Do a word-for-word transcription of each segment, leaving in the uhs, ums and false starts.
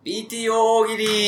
ビーティーオー 大喜利。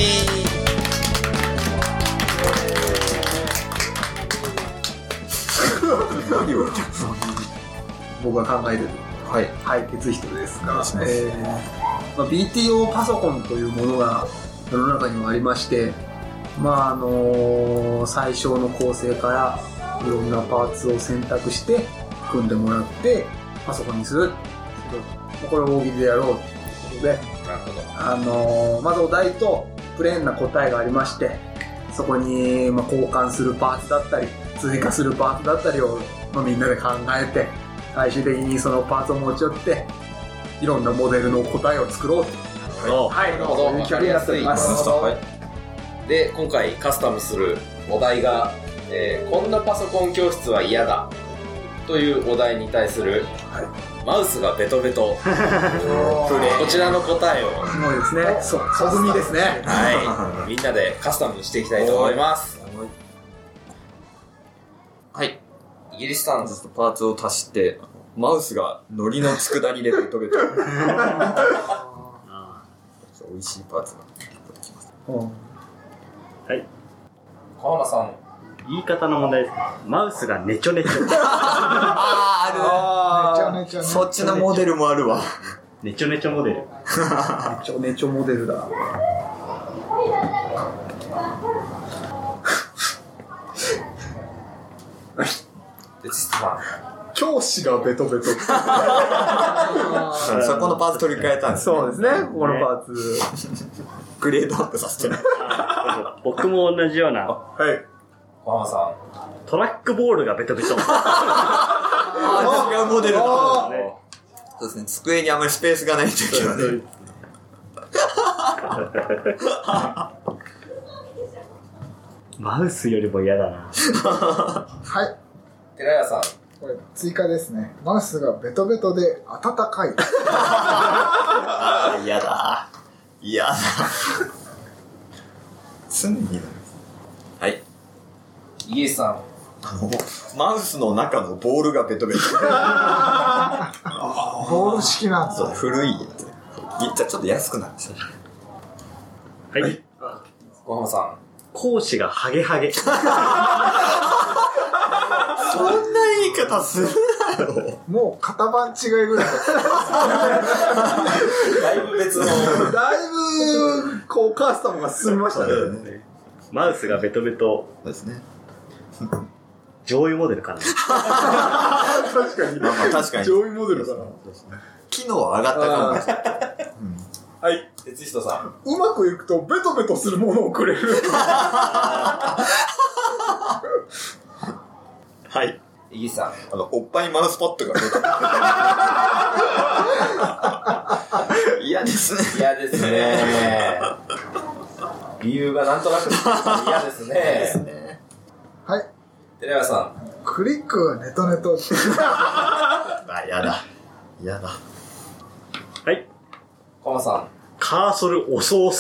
僕が考えてるはい解決人ですが、えーまあ、ビーティーオー パソコンというものが世の中にはありまして、まああのー、最小の構成からいろんなパーツを選択して組んでもらってパソコンにする。これを大喜利でやろうということで、 なるほど。 あのー、まずお題とプレーンな答えがありまして、そこに、まあ、交換するパーツだったり追加するパーツだったりを、まあ、みんなで考えて最終的にそのパーツを持ち寄っていろんなモデルの答えを作ろうという、はい、 なるほど。 そういう企画になっております。 はい。で、今回カスタムするお題が、えー、こんなパソコン教室は嫌だというお題に対する、はい、マウスがベトベトこちらの答えをすごいですね。そう、小組ですね。 はい、みんなでカスタムしていきたいと思います。はい、イギリスさん、 パーツを足してマウスがノリの佃煮でベトベト美味しいパーツが出てきます。 はい、 川原さん、 言い方の問題です。マウスがネチョネチョあーあるあーネチョネチョ、ね、そっちのモデルもあるわ。 ネチョネチョモデルネチョネチョモデルだ。教師がベトベトそこのパーツ取り替えたんですね。 そうですね、ここのパーツグレードアップさせて僕も同じような。 はい、 川原さん、 トラックボールがベトベトあ、違うモデルだ。 ね、 そうですね、机にあまりスペースがないときはねマウスよりも嫌だな。 はい、 寺谷さん、 これ追加ですね。マウスがベトベトで温かい。 嫌だ嫌だ常に嫌だ。はい、 イギリスさん、 あのマウスの中のボールがベトベトボール式なんですよ。 古いやつ。じゃあちょっと安くなるんですよ。 はい、はい、 小浜さん、 講師がハゲハゲ。 そんな言い方するなよ。 もう型番違いぐらいだいぶ別のだいぶこうカスタムが進みましたね。 マウスがベトベトですね。 上位モデルかな。 確かに、 まあまあ確かに上位モデルかな。 機能は上がったかもしれない。 はい、 哲人さん、 うまくいくとベトベトするものをくれる。 はい、 イギリスさん、 あのおっぱいマウスパッドがベトベト嫌ですね。 嫌ですね。理由がなんとなく嫌ですね。 はい、 寺谷さん、 クリックネトネト。 あ、やだやだ。 はい、 小浜さん、 カーソル遅々。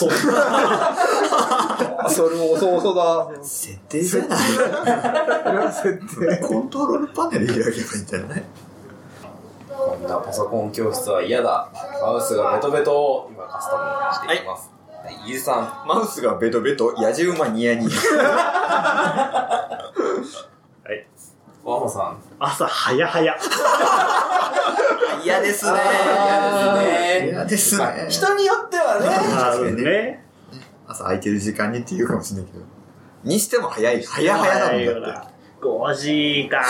それも遅々だ。 設定じゃない。 設定。 コントロールパネル開けばいいんじゃない？ こんなパソコン教室は嫌だ。マウスがベトベトを今カスタムしていきます。はい、イギリスさん、 マウスがベトベト、やじ馬ニヤニヤ。 はい、 小浜さん、 朝早早。 嫌ですね。嫌ですね。 まあ、人によってはね。 あーね。 朝空いてる時間にって言うかもしれないけど。にしても早い。早々だもんだって。 ごじか。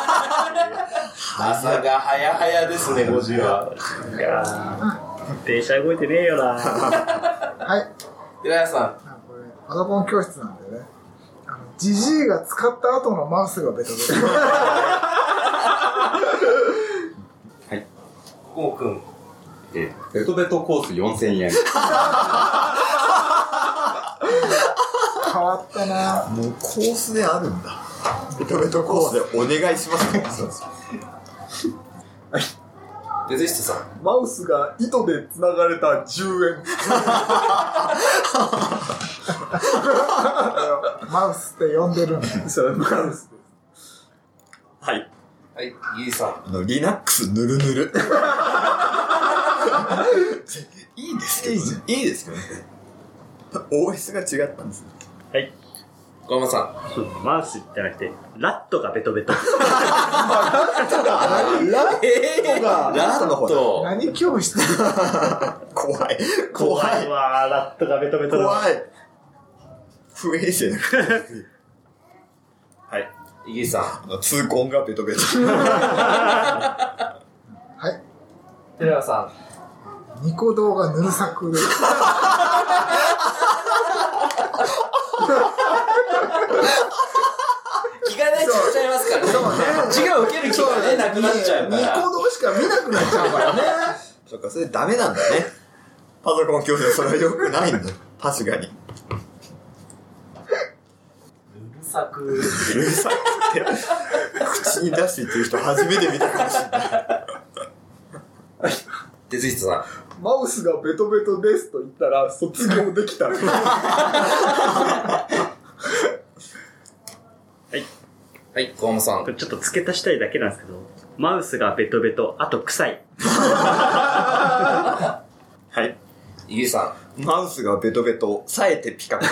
朝が早々ですね、ごじは。 いや電車動いてねえよな。 はい。 寺谷さん、 これパソコン教室なんでね。あのジジイが使った後のマウスがベトベト。 はい。こうくん、 えベトベトコースよんせんえん。 変わったな。 もうコースであるんだ。ベトベトコースでお願いしますね。 はい。 デゼシトさん、 マウスが糸でつながれたじゅうえん。 マウスって呼んでるんだ。 それマウスです。 はい。 はい、イギリスさん、 あの、リナックスぬるぬる。いいですけどね。いいですけどね。 オーエス が違ったんです。 はい。 小浜さん。 マウスじゃなくて、ラットがベトベト。 ラットがラットの方だ。 何教室怖い。 怖いわー、ラットがベトベトだ。 怖い。不衛生だ。 はい。イギリスさん。 痛恨がベトベト。 はい。 寺川さん。ニコ動がぬるさく。 気がね、ちっちゃいますからね。そうね。授業受ける気がね、なくなっちゃうから。 ニコ動しか見なくなっちゃうからね。 そっか、それダメなんだね。パソコン教室はそれは良くないんだよ。確かに。 うるさく。うるさくって、口に出して言ってる人初めて見たかもしれない。 鉄人さん。マウスがベトベトですと言ったら卒業できた。 はい。はい、小浜さん。 これちょっと付け足したいだけなんですけど、マウスがベトベト、あと臭い。 はい。 イギリスさん。マウスがベトベト、冴えてピカピカ。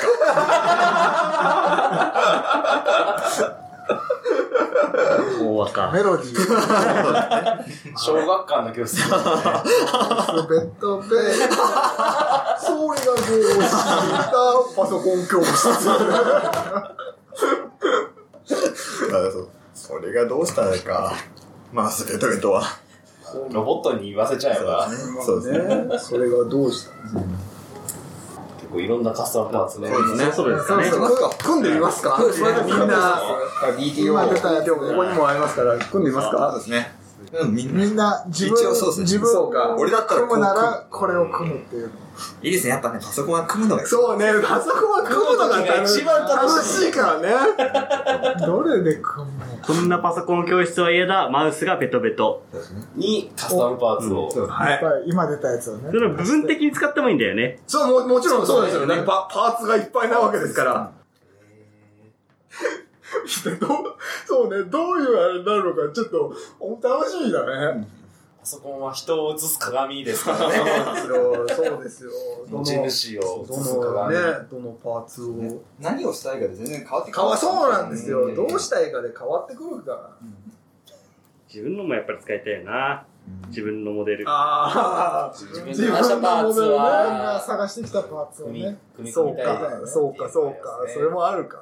大和か。 メロディー。 小学館の教室。ベトベト。それがどうしたパソコン教室。 それがどうしたのか。マウスベトベトは。 ロボットに言わせちゃえば。 そうですね。それがどうした結構いろんなカスタムパーツね。 そうですね。 そうですかね。 組んでみますか？みんな、 ビーティーオー今出たやつここにもありますから、組んでみますか？ そうですね。 みんな自分、自分を俺だったら組むならこれを組むっていう。 いいですね。やっぱね、パソコンは組むのがいい。 そうね、パソコンは組むのが一番楽しいからね。 どれで組むの？ こんなパソコン教室は嫌だ、マウスがベトベト。 にカスタムパーツを。 はい。今出たやつをね。 それ部分的に使ってもいいんだよね。 そう、も、もちろんそうですよね。パ、パーツがいっぱいなわけですから。どう、そうね、どういうあれになるのか、ちょっと、楽しみだね。 パソコンは人を映す鏡ですからね。 そうですよ。 持ち主を映す鏡。 ね、どのパーツを。 何をしたいかで全然変わってくる。 そうなんですよ。どうしたいかで変わってくるから。 自分のもやっぱり使いたいよな。自分のモデル。 ああ、 自分の出したパーツは。 探してきたパーツをね。 そうか、そうか、そうか。それもあるか。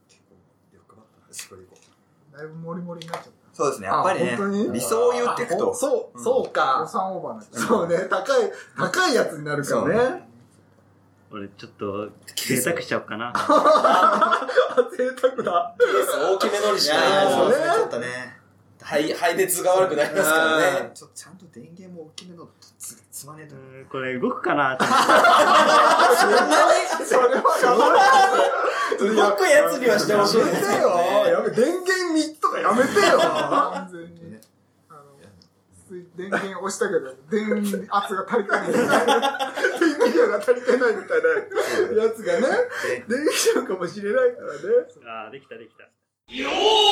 だいぶモリモリになっちゃった。 そうですね、やっぱりね、理想を言っていくと。 そう、そうか。 予算オーバーになっちゃう。 そうね、高い、高いやつになるからね。 俺ちょっと、贅沢しちゃおうかな。 贅沢だ。 ケース大きめのにしないと。ちょっとね。 配列が悪くなりますからね。 ちょっとちゃんと電源も大きめのつ、つまねえと。 これ動くかなそんなにそれは動くやつにはしてほしいですよね。 やめてよ。電源みっつとかやめてよ。 完全に。電源押したけど、電圧が足りてない。電気量が足りてないみたいなやつがね、できちゃうかもしれないからね。 ああ、できたできた。 よ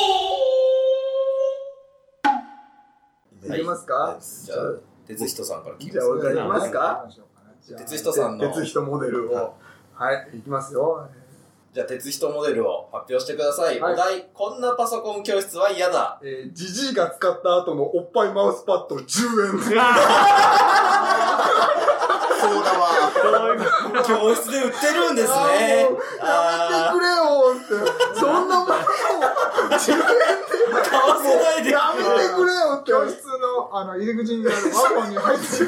ーいきますか？ じゃあ、鉄人さんから聞きます。 じゃあ、俺からいきますか？ 鉄人さんの。 鉄人モデルを。はい、いきますよ。 じゃあ、鉄人モデルを発表してください。お題、こんなパソコン教室は嫌だ。 えー、ジジイが使った後のおっぱいマウスパッドじゅうえん。そうだわ。 教室で売ってるんですね。 やめてくれよって。そんなものをじゅうえんで買わせないで。 やめてくれよって。 教室のあの入り口にあるワゴンに入ってる。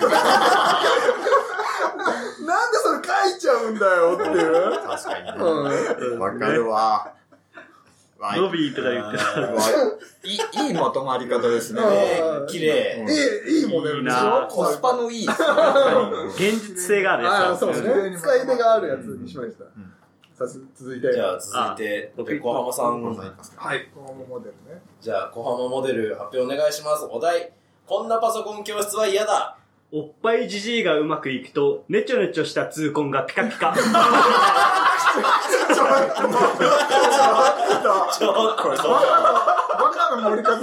なんでそれ書いちゃうんだよっていう。 確かにね。わかるわ。 ロビーとか言ってた。 いい、いいまとまり方ですね。 綺麗。 いい、いいモデルでしょ？ コスパのいい。 現実性があるやつ。 そうですね。使い手があるやつにしました。さあ、続いて。 じゃあ、続いて、小浜さん。 はい。 小浜モデルね。 じゃあ、小浜モデル発表お願いします。お題、こんなパソコン教室は嫌だ。 おっぱいじじいがうまくいくと、ねちょねちょした痛恨がピカピカ。 ちょっと、ちょっと、これそう。 バカの盛り方。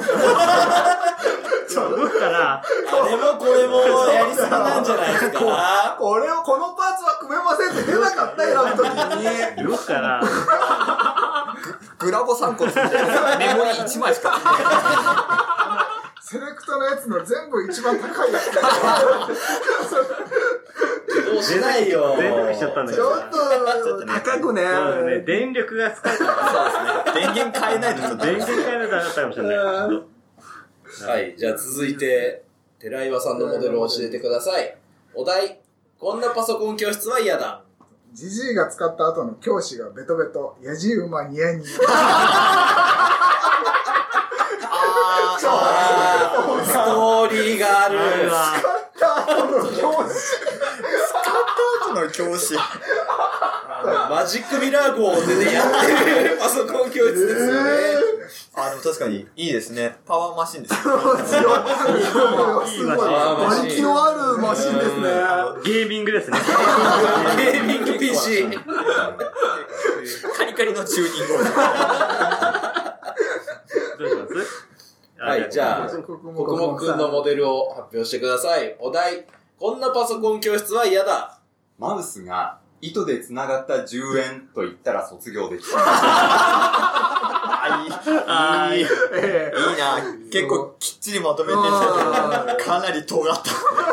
動くから、 あれもこれもやりすぎなんじゃないですか。 これを、このパーツは組めませんって出なかったよ、あの時。 動くかな。 グラボさん個ついてるメモリいちまいしかついてない。 セレクトのやつの全部一番高いやつだどうしないよ。 全部しちゃったんだけど。 ちょっと、高くね。 そうね、電力が使えたから。 そうですね。電源変えないとちょっと。 電源変えるとダメだったかもしれない。 はい、じゃあ続いて、寺岩さんのモデルを教えてください。お題、こんなパソコン教室は嫌だ。 ジジイが使った後の教師がベトベト、やじ馬ニヤニヤ。 あー、 あー、ストーリーがある。 あ使った後の教師。 使った後の教師。 マジックミラー号でやってるパソコン教室ですよね。 あ、でも確かにいいですね。パワーマシンですよ。 すごい。すごい。馬力のあるマシンですね。 ーゲーミングですね。 ゲーミング ピーシー。 カリカリのチューニングを。 どうしますはい、じゃあ、国木くんのモデルを発表してください。お題、こんなパソコン教室は嫌だ。 マウスが糸で繋がったじゅうえんと言ったら卒業できた。 あ、いい。 あーいい。 いいな。結構きっちりまとめてたけど、かなり尖った。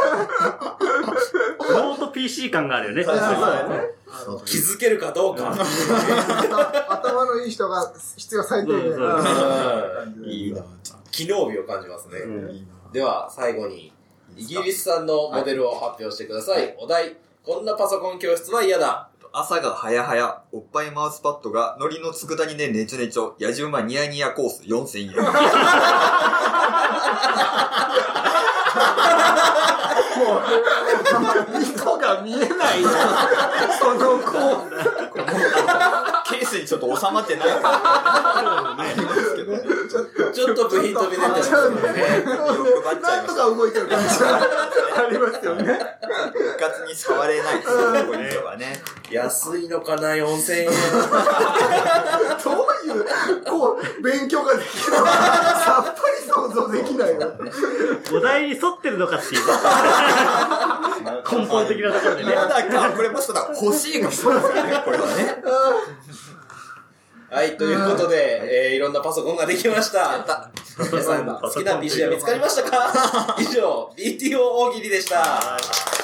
ノート ピーシー 感があるよね。 そうだね。 気づけるかどうか。 頭のいい人が必要最低限。 いいな。 機能美を感じますね。 うんいいな。 では、最後に、イギリスさんのモデルを発表してください。お題、こんなパソコン教室は嫌だ。 朝が早々、おっぱいマウスパッドが、海苔の佃煮でネチョネチョ、やじ馬ニヤニヤコースよんせんえん。 糸が見えないよ。その子。 ケースにちょっと収まってないからね。 ちょっと部品飛び出てますよね。 なんとか動いてる感じがありますよね。 部活に触れないポイントがね。 安いのかな、よんせんえん。 どういう、こう、勉強ができるのか、さっぱり想像できないよ。 お題に沿ってるのかっていう。根本的なところでね。 まだか、これもそうだ、欲しいがそうですよね、これはね。 はい、ということで、えー、いろんなパソコンができました。皆さん、好きな ピーシー は見つかりましたか？以上、ビーティーオー 大喜利でした。